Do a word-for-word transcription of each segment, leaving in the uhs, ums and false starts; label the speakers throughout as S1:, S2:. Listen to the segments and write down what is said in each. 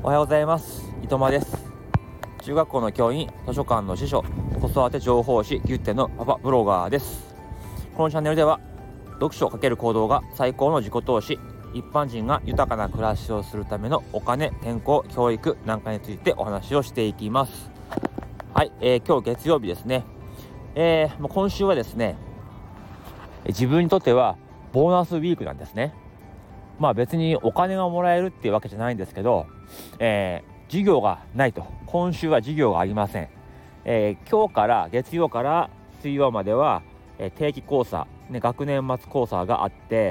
S1: おはようございます。伊藤間です。中学校の教員、図書館の司書、子育て情報誌ギュッテのパパブロガーです。このチャンネルでは読書×行動が最高の自己投資、一般人が豊かな暮らしをするためのお金、健康、教育なんかについてお話をしていきます。はい、えー、今日月曜日ですね。えー、もう今週はですね、自分にとってはボーナスウィークなんですね。まあ別にお金がもらえるっていうわけじゃないんですけど、えー、授業がないと。今週は授業がありません。えー、今日から月曜から水曜までは、えー、定期考査、ね、学年末考査があって、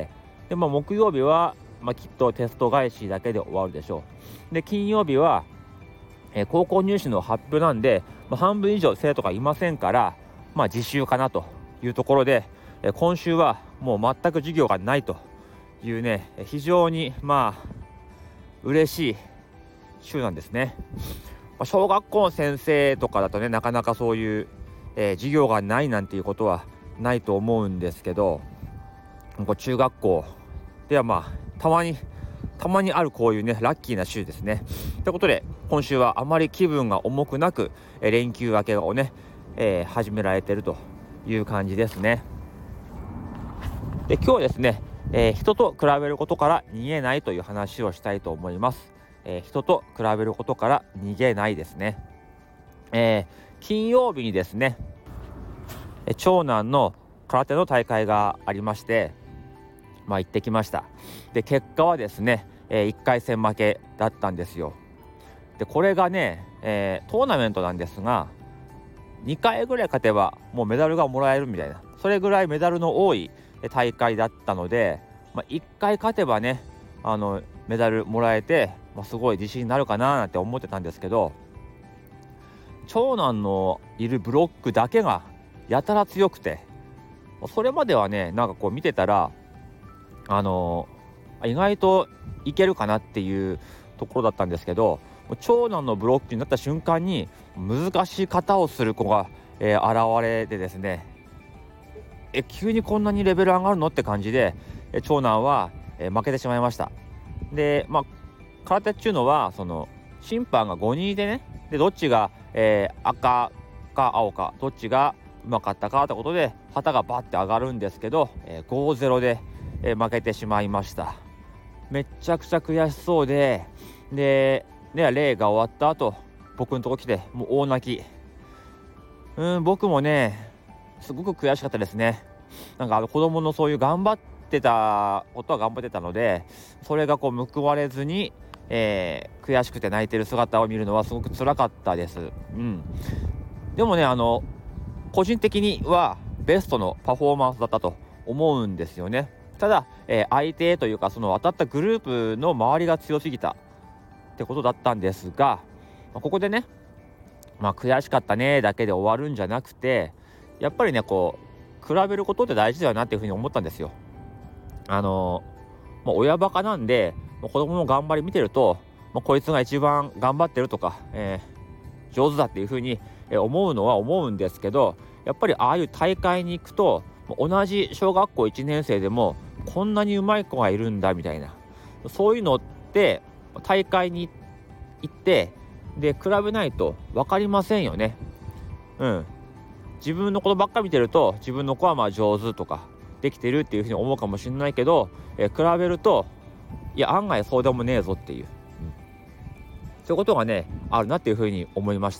S1: で、まあ、木曜日は、まあ、きっとテスト返しだけで終わるでしょう。で、金曜日は、えー、高校入試の発表なんで、まあ、半分以上生徒がいませんから、まあ自習かなというところで、えー、今週はもう全く授業がないというね、非常にまあ嬉しい週なんですね。まあ、小学校の先生とかだとね、なかなかそういう、えー、授業がないなんていうことはないと思うんですけど、こう中学校ではまあたまにたまにあるこういうねラッキーな週ですね。ということで今週はあまり気分が重くなく、えー、連休明けをね、えー、始められているという感じですね。で、今日はですね、えー、人と比べることから逃げないという話をしたいと思います。えー、人と比べることから逃げないですね。えー、金曜日にですね、え長男の空手の大会がありまして、まあ行ってきました。で、結果はですね、えー、いっかい戦負けだったんですよ。で、これがね、えー、トーナメントなんですが、にかいぐらい勝てばもうメダルがもらえるみたいな、それぐらいメダルの多い大会だったので、まあ、いっかい勝てばね、あのメダルもらえて、まあ、すごい自信になるかななんて思ってたんですけど、長男のいるブロックだけがやたら強くて、それまではね、なんかこう見てたらあの意外といけるかなっていうところだったんですけど、長男のブロックになった瞬間に難しい型をする子が、えー、現れてですね、え急にこんなにレベル上がるのって感じで、え長男は、えー、負けてしまいました。で、まあ空手っていうのはその審判がごにんいてね、でどっちが、えー、赤か青かどっちがうまかったかってことで旗がバッて上がるんですけど、えー、ごたいゼロ で、えー、負けてしまいました。めっちゃくちゃ悔しそうで、でね、例が終わった後僕のとこ来てもう大泣き。うん僕もねすごく悔しかったですね。なんかあの子供のそういう頑張ってたことは頑張ってたので、それがこう報われずに、えー、悔しくて泣いてる姿を見るのはすごく辛かったです。うん。でもね、あの個人的にはベストのパフォーマンスだったと思うんですよね。ただ、えー、相手というかその当たったグループの周りが強すぎたってことだったんですが、まあ、ここでね、まあ悔しかったねだけで終わるんじゃなくて、やっぱりねこう比べることって大事だよなっていうふうに思ったんですよ。あのー、まあ、親バカなんで、まあ、子供の頑張り見てると、まあ、こいつが一番頑張ってるとか、えー、上手だっていうふうに思うのは思うんですけど、やっぱりああいう大会に行くと同じ小学校いちねん生でもこんなに上手い子がいるんだみたいな、そういうのって大会に行ってで比べないと分かりませんよね。うん。自分のことばっか見てると自分の子はまあ上手とかできてるっていうふうに思うかもしれないけど、えー、比べるといや案外そうでもねえぞっていう、うん、そういうことがねあるなっていうふうに思いました。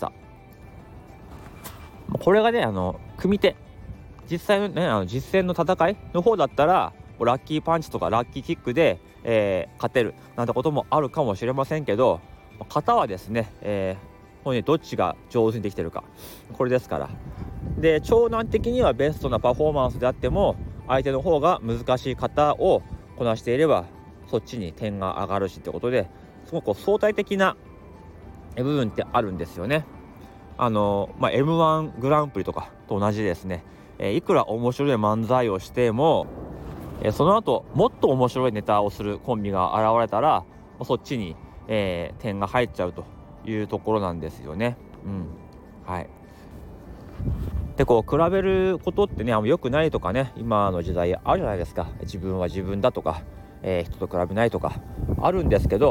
S1: これがねあの組手実際のねあの実戦の戦いの方だったらラッキーパンチとかラッキーキックで、えー、勝てるなんてこともあるかもしれませんけど、型はですね、えー、もうねどっちが上手にできてるかこれですから。で長男的にはベストなパフォーマンスであっても相手の方が難しい型をこなしていればそっちに点が上がるしってことで、すごく相対的な部分ってあるんですよね。あの、まあ、エムワン グランプリとかと同じですね、えー、いくら面白い漫才をしても、えー、その後もっと面白いネタをするコンビが現れたらそっちに、えー、点が入っちゃうというところなんですよね。うん、はい。でこう比べることってね良くないとかね、今の時代あるじゃないですか。自分は自分だとか、えー、人と比べないとかあるんですけど、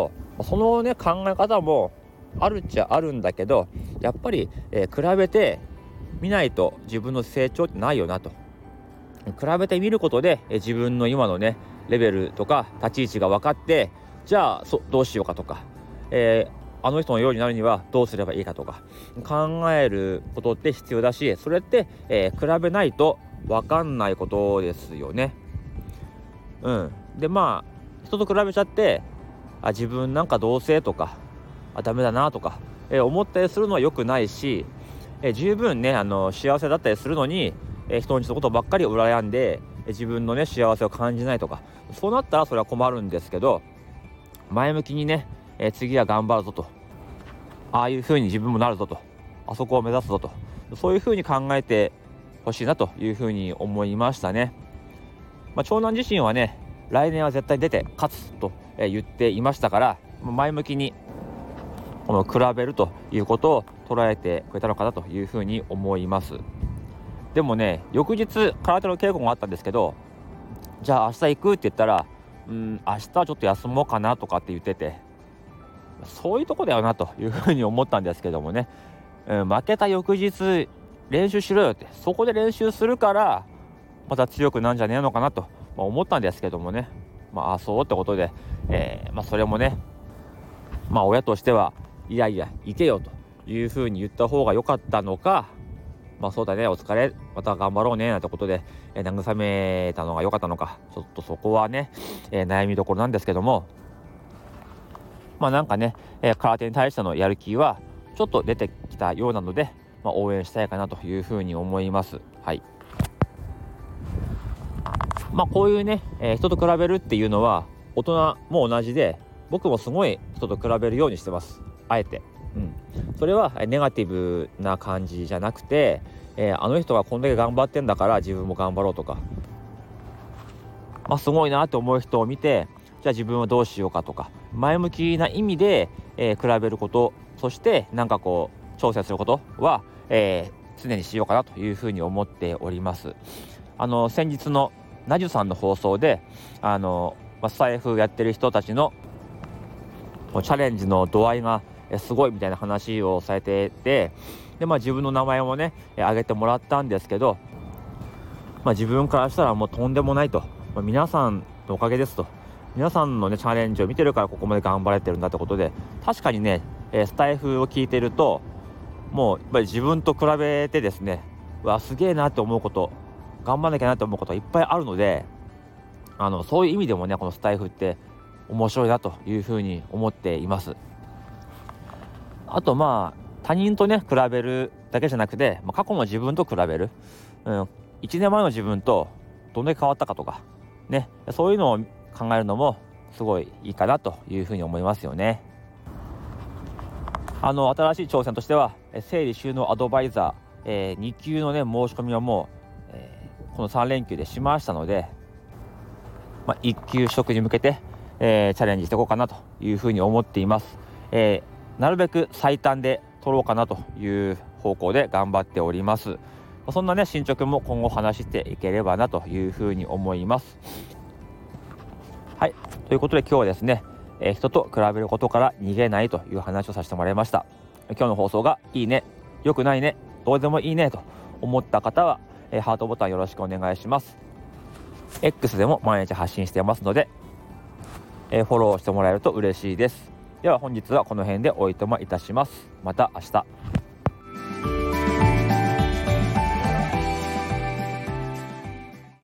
S1: そのね考え方もあるっちゃあるんだけど、やっぱり、えー、比べてみないと自分の成長ってないよなと。比べてみることで、えー、自分の今のねレベルとか立ち位置が分かって、じゃあそどうしようかとか、えーあの人のようになるにはどうすればいいかとか考えることって必要だし、それって、えー、比べないと分かんないことですよね。うん。でまあ人と比べちゃってあ自分なんかどうせとかあダメだなとか、えー、思ったりするのは良くないし、えー、十分ねあの幸せだったりするのに、えー、人のことばっかり羨んで、えー、自分のね幸せを感じないとか、そうなったらそれは困るんですけど、前向きにねえー、次は頑張るぞと、ああいう風に自分もなるぞと、あそこを目指すぞと、そういう風に考えてほしいなという風に思いましたね。まあ、長男自身はね来年は絶対出て勝つと言っていましたから、前向きにこの比べるということを捉えてくれたのかなという風に思います。でもね翌日空手の稽古があったんですけど、じゃあ明日行くって言ったら、うん明日はちょっと休もうかなとかって言ってて、そういうとこだよなというふうに思ったんですけどもね、うん、負けた翌日練習しろよって、そこで練習するからまた強くなんじゃねえのかなと、まあ、思ったんですけどもね、まああそうってことで、えーまあ、それもねまあ親としてはいやいや行けよというふうに言った方が良かったのか、まあそうだねお疲れまた頑張ろうねなんてことで、えー、慰めたのが良かったのか、ちょっとそこはね、えー、悩みどころなんですけども、まあなんかね、えー、空手に対してのやる気はちょっと出てきたようなので、まあ、応援したいかなというふうに思います。はい。まあこういうね、えー、人と比べるっていうのは大人も同じで、僕もすごい人と比べるようにしてます。あえて。うん。それはネガティブな感じじゃなくて、えー、あの人がこんだけ頑張ってんだから自分も頑張ろうとか、まあすごいなって思う人を見て、じゃあ自分はどうしようかとか、前向きな意味で、えー、比べること、そしてなんかこう挑戦することは、えー、常にしようかなというふうに思っております。あの先日のナジュさんの放送であの、まあ、スタイフやってる人たちのチャレンジの度合いがすごいみたいな話をされてて、で、まあ、自分の名前もね挙げてもらったんですけど、まあ、自分からしたらもうとんでもないと、まあ、皆さんのおかげですと、皆さんのねチャレンジを見てるからここまで頑張れてるんだってことで、確かにね、えー、スタイフを聞いてるともうやっぱり自分と比べてですね、わすげえなって思うこと、頑張んなきゃなって思うことがいっぱいあるので、あのそういう意味でもねこのスタイフって面白いなというふうに思っています。あとまあ他人とね比べるだけじゃなくて、まあ、過去の自分と比べる、うん、いちねんまえの自分とどんだけ変わったかとかね、そういうのを考えるのもすごいいいかなというふうに思いますよね。あの新しい挑戦としては整理収納アドバイザー、えー、に級のね申し込みはもう、えー、このさん連休でしましたので、まあ、いっ級取得に向けて、えー、チャレンジしていこうかなというふうに思っています。えー、なるべく最短で取ろうかなという方向で頑張っております。そんなね進捗も今後話していければなというふうに思います。はい、ということで今日はですね、えー、人と比べることから逃げないという話をさせてもらいました。今日の放送がいいね、良くないね、どうでもいいねと思った方は、えー、ハートボタンよろしくお願いします。 X でも毎日発信していますので、えー、フォローしてもらえると嬉しいです。では本日はこの辺でおいとまいたします。また明日。